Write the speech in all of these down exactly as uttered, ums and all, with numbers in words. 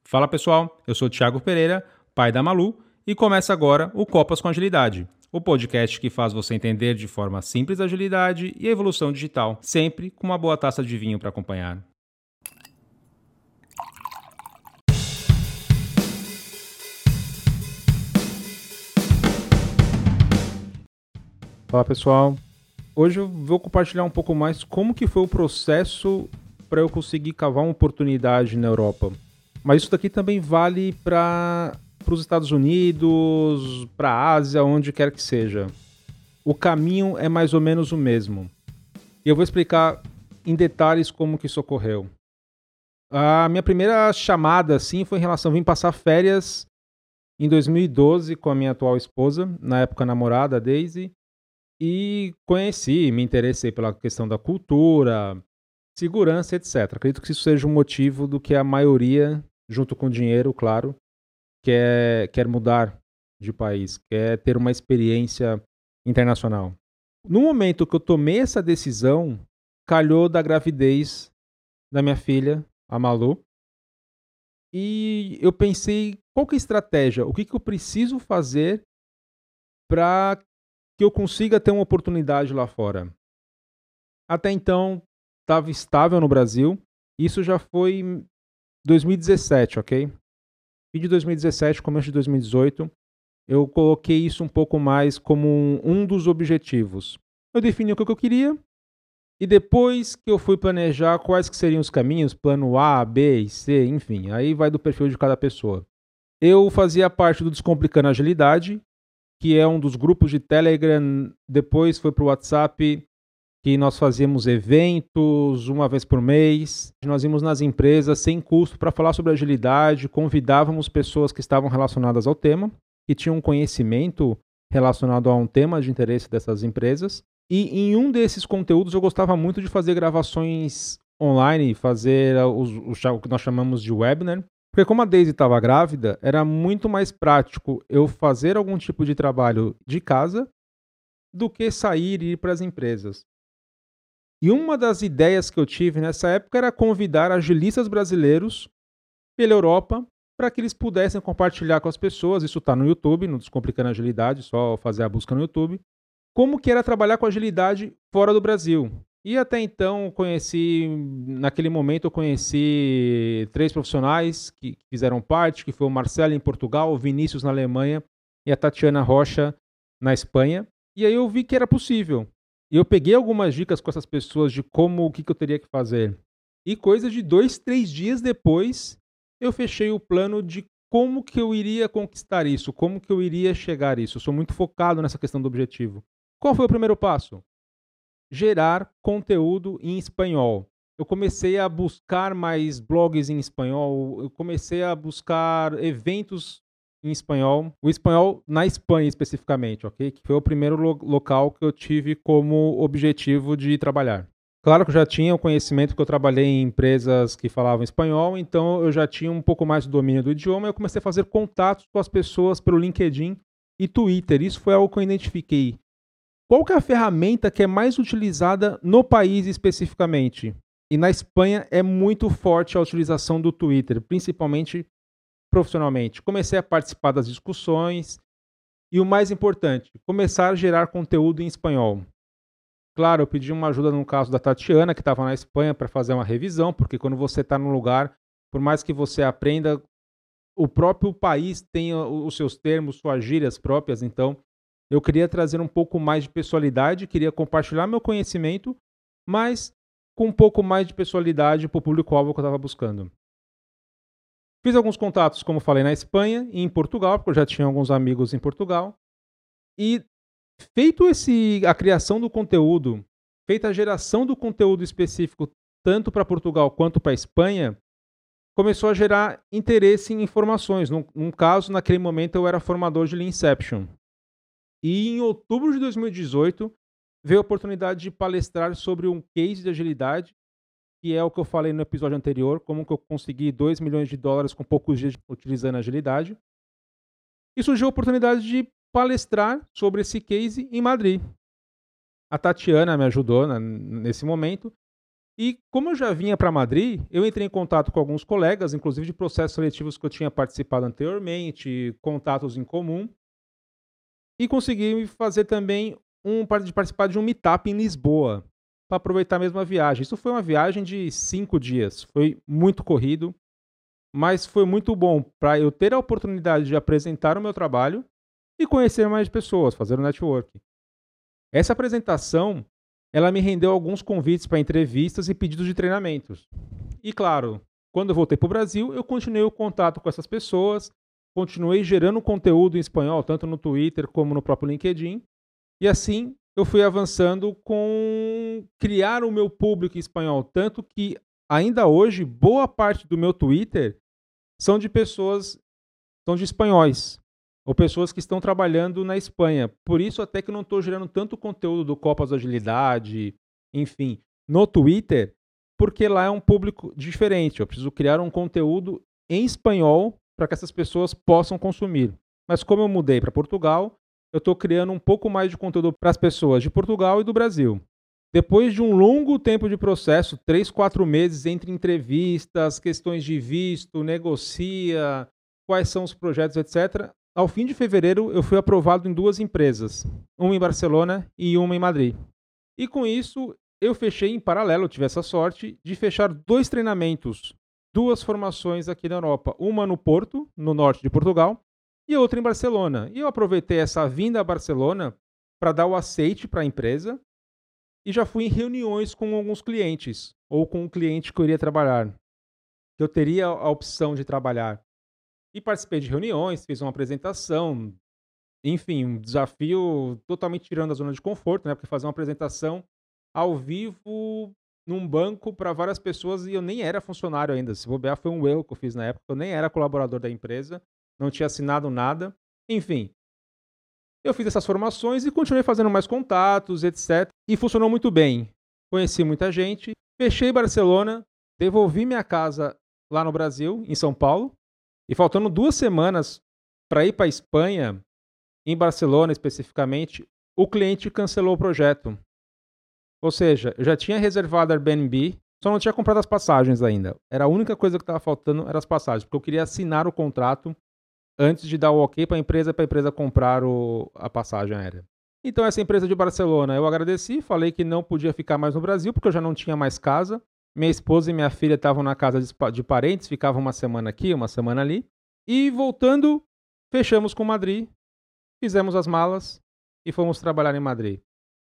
Fala pessoal, eu sou o Thiago Pereira, pai da Malu, e começa agora o Copas com Agilidade, o podcast que faz você entender de forma simples a agilidade e a evolução digital, sempre com uma boa taça de vinho para acompanhar. Fala pessoal, hoje eu vou compartilhar um pouco mais como que foi o processo para eu conseguir cavar uma oportunidade na Europa. Mas isso daqui também vale para os Estados Unidos, para a Ásia, onde quer que seja. O caminho é mais ou menos o mesmo. E eu vou explicar em detalhes como que isso ocorreu. A minha primeira chamada assim foi em relação a vir passar férias em dois mil e doze com a minha atual esposa, na época namorada, a Daisy, e conheci, me interessei pela questão da cultura, segurança, etcétera. Acredito que isso seja um motivo do que a maioria, junto com o dinheiro, claro, quer, quer mudar de país, quer ter uma experiência internacional. No momento que eu tomei essa decisão, calhou da gravidez da minha filha, a Malu, e eu pensei, qual que é a estratégia? O que, que eu preciso fazer para que eu consiga ter uma oportunidade lá fora? Até então, estava estável no Brasil, isso já foi em dois mil e dezessete, ok? Fim de dois mil e dezessete, começo de dois mil e dezoito, eu coloquei isso um pouco mais como um, um dos objetivos. Eu defini o que eu queria e depois que eu fui planejar quais que seriam os caminhos, plano A, B e C, enfim, aí vai do perfil de cada pessoa. Eu fazia parte do Descomplicando Agilidade, que é um dos grupos de Telegram, depois foi para o WhatsApp, que nós fazíamos eventos uma vez por mês. Nós íamos nas empresas sem custo para falar sobre agilidade, convidávamos pessoas que estavam relacionadas ao tema, que tinham um conhecimento relacionado a um tema de interesse dessas empresas. E em um desses conteúdos eu gostava muito de fazer gravações online, fazer os, os, o que nós chamamos de webinar, porque como a Daisy estava grávida, era muito mais prático eu fazer algum tipo de trabalho de casa do que sair e ir para as empresas. E uma das ideias que eu tive nessa época era convidar agilistas brasileiros pela Europa para que eles pudessem compartilhar com as pessoas, isso está no YouTube, no Descomplicando Agilidade, só fazer a busca no YouTube, como que era trabalhar com agilidade fora do Brasil. E até então, conheci, naquele momento eu conheci três profissionais que fizeram parte, que foi o Marcelo em Portugal, o Vinícius na Alemanha e a Tatiana Rocha na Espanha. E aí eu vi que era possível. E eu peguei algumas dicas com essas pessoas de como, o que, que eu teria que fazer. E coisa de dois, três dias depois, eu fechei o plano de como que eu iria conquistar isso, como que eu iria chegar a isso. Eu sou muito focado nessa questão do objetivo. Qual foi o primeiro passo? Gerar conteúdo em espanhol. Eu comecei a buscar mais blogs em espanhol, eu comecei a buscar eventos em espanhol, o espanhol na Espanha especificamente, ok? Que foi o primeiro lo- local que eu tive como objetivo de trabalhar. Claro que eu já tinha o conhecimento que eu trabalhei em empresas que falavam espanhol, então eu já tinha um pouco mais de domínio do idioma e eu comecei a fazer contatos com as pessoas pelo LinkedIn e Twitter. Isso foi algo que eu identifiquei. Qual que é a ferramenta que é mais utilizada no país especificamente? E na Espanha é muito forte a utilização do Twitter, principalmente profissionalmente. Comecei a participar das discussões e o mais importante, começar a gerar conteúdo em espanhol. Claro, eu pedi uma ajuda no caso da Tatiana, que estava na Espanha, para fazer uma revisão, porque quando você está num lugar, por mais que você aprenda, o próprio país tem os seus termos, suas gírias próprias, então eu queria trazer um pouco mais de pessoalidade, queria compartilhar meu conhecimento, mas com um pouco mais de pessoalidade para o público-alvo que eu estava buscando. Fiz alguns contatos, como falei, na Espanha e em Portugal, porque eu já tinha alguns amigos em Portugal. E feito esse, a criação do conteúdo, feita a geração do conteúdo específico tanto para Portugal quanto para a Espanha, começou a gerar interesse em informações. Num, num caso, naquele momento eu era formador de Leanception. E em outubro de dois mil e dezoito, veio a oportunidade de palestrar sobre um case de agilidade, que é o que eu falei no episódio anterior, como que eu consegui dois milhões de dólares com poucos dias utilizando agilidade. E surgiu a oportunidade de palestrar sobre esse case em Madrid. A Tatiana me ajudou na, nesse momento. E como eu já vinha para Madrid, eu entrei em contato com alguns colegas, inclusive de processos seletivos que eu tinha participado anteriormente, contatos em comum, e consegui fazer também um par- de participar de um meetup em Lisboa, para aproveitar mesmo a viagem. Isso foi uma viagem de cinco dias, foi muito corrido, mas foi muito bom para eu ter a oportunidade de apresentar o meu trabalho e conhecer mais pessoas, fazer o network. Essa apresentação, ela me rendeu alguns convites para entrevistas e pedidos de treinamentos. E claro, quando eu voltei para o Brasil, eu continuei o contato com essas pessoas, continuei gerando conteúdo em espanhol, tanto no Twitter como no próprio LinkedIn, e assim eu fui avançando com criar o meu público em espanhol, tanto que ainda hoje boa parte do meu Twitter são de pessoas, são de espanhóis, ou pessoas que estão trabalhando na Espanha. Por isso até que eu não estou gerando tanto conteúdo do Copas da Agilidade, enfim, no Twitter, porque lá é um público diferente. Eu preciso criar um conteúdo em espanhol para que essas pessoas possam consumir. Mas como eu mudei para Portugal, eu estou criando um pouco mais de conteúdo para as pessoas de Portugal e do Brasil. Depois de um longo tempo de processo, três, quatro meses entre entrevistas, questões de visto, negocia, quais são os projetos, etcétera, ao fim de fevereiro eu fui aprovado em duas empresas, uma em Barcelona e uma em Madrid. E com isso eu fechei em paralelo, eu tive essa sorte de fechar dois treinamentos, duas formações aqui na Europa, uma no Porto, no norte de Portugal, e outra em Barcelona. E eu aproveitei essa vinda a Barcelona para dar o aceite para a empresa e já fui em reuniões com alguns clientes, ou com o cliente que eu iria trabalhar, que eu teria a opção de trabalhar. E participei de reuniões, fiz uma apresentação, enfim, um desafio totalmente tirando a zona de conforto, né? Porque fazer uma apresentação ao vivo num banco para várias pessoas e eu nem era funcionário ainda. Se bobear, foi um erro que eu fiz na época. Eu nem era colaborador da empresa, não tinha assinado nada. Enfim, eu fiz essas formações e continuei fazendo mais contatos, etcétera. E funcionou muito bem. Conheci muita gente, fechei Barcelona, devolvi minha casa lá no Brasil, em São Paulo, e faltando duas semanas para ir para a Espanha, em Barcelona especificamente, o cliente cancelou o projeto. Ou seja, eu já tinha reservado Airbnb, só não tinha comprado as passagens ainda. Era a única coisa que estava faltando, eram as passagens, porque eu queria assinar o contrato antes de dar o ok para a empresa, para a empresa comprar o, a passagem aérea. Então essa empresa de Barcelona, eu agradeci, falei que não podia ficar mais no Brasil, porque eu já não tinha mais casa. Minha esposa e minha filha estavam na casa de, de parentes, ficavam uma semana aqui, uma semana ali. E voltando, fechamos com Madrid, fizemos as malas e fomos trabalhar em Madrid.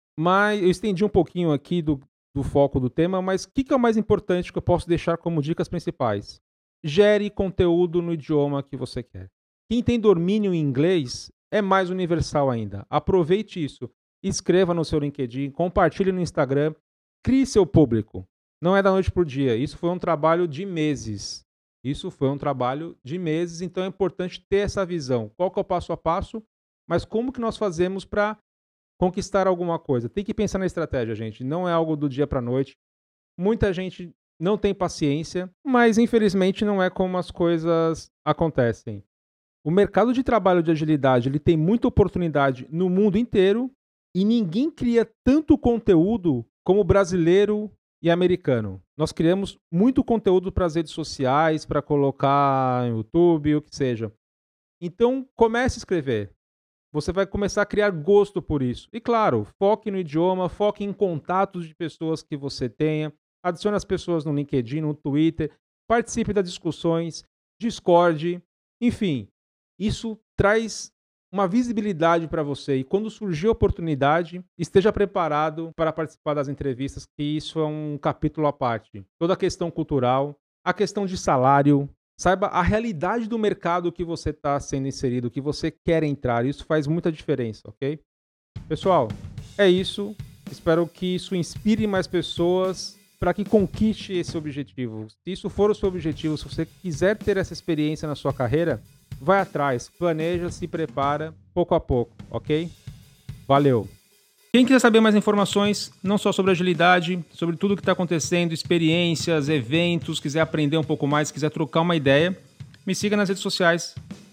Mas eu estendi um pouquinho aqui do, do foco do tema, mas o que, que é o mais importante que eu posso deixar como dicas principais? Gere conteúdo no idioma que você quer. Quem tem domínio em inglês é mais universal ainda. Aproveite isso. Escreva no seu LinkedIn, compartilhe no Instagram, crie seu público. Não é da noite para o dia. Isso foi um trabalho de meses. Isso foi um trabalho de meses, então é importante ter essa visão. Qual que é o passo a passo, mas como que nós fazemos para conquistar alguma coisa? Tem que pensar na estratégia, gente. Não é algo do dia para a noite. Muita gente não tem paciência, mas infelizmente não é como as coisas acontecem. O mercado de trabalho de agilidade ele tem muita oportunidade no mundo inteiro e ninguém cria tanto conteúdo como brasileiro e americano. Nós criamos muito conteúdo para as redes sociais, para colocar no YouTube, o que seja. Então, comece a escrever. Você vai começar a criar gosto por isso. E claro, foque no idioma, foque em contatos de pessoas que você tenha, adicione as pessoas no LinkedIn, no Twitter, participe das discussões, Discord, enfim. Isso traz uma visibilidade para você e quando surgir a oportunidade, esteja preparado para participar das entrevistas, que isso é um capítulo à parte. Toda a questão cultural, a questão de salário, saiba a realidade do mercado que você está sendo inserido, que você quer entrar. Isso faz muita diferença, ok? Pessoal, é isso. Espero que isso inspire mais pessoas para que conquiste esse objetivo. Se isso for o seu objetivo, se você quiser ter essa experiência na sua carreira, vai atrás, planeja, se prepara, pouco a pouco, ok? Valeu! Quem quiser saber mais informações, não só sobre agilidade, sobre tudo o que está acontecendo, experiências, eventos, quiser aprender um pouco mais, quiser trocar uma ideia, me siga nas redes sociais.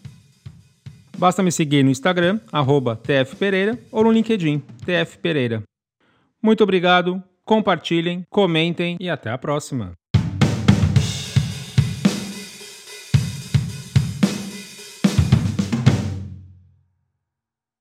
Basta me seguir no Instagram, arroba tfpereira, ou no LinkedIn, tfpereira. Muito obrigado, compartilhem, comentem e até a próxima.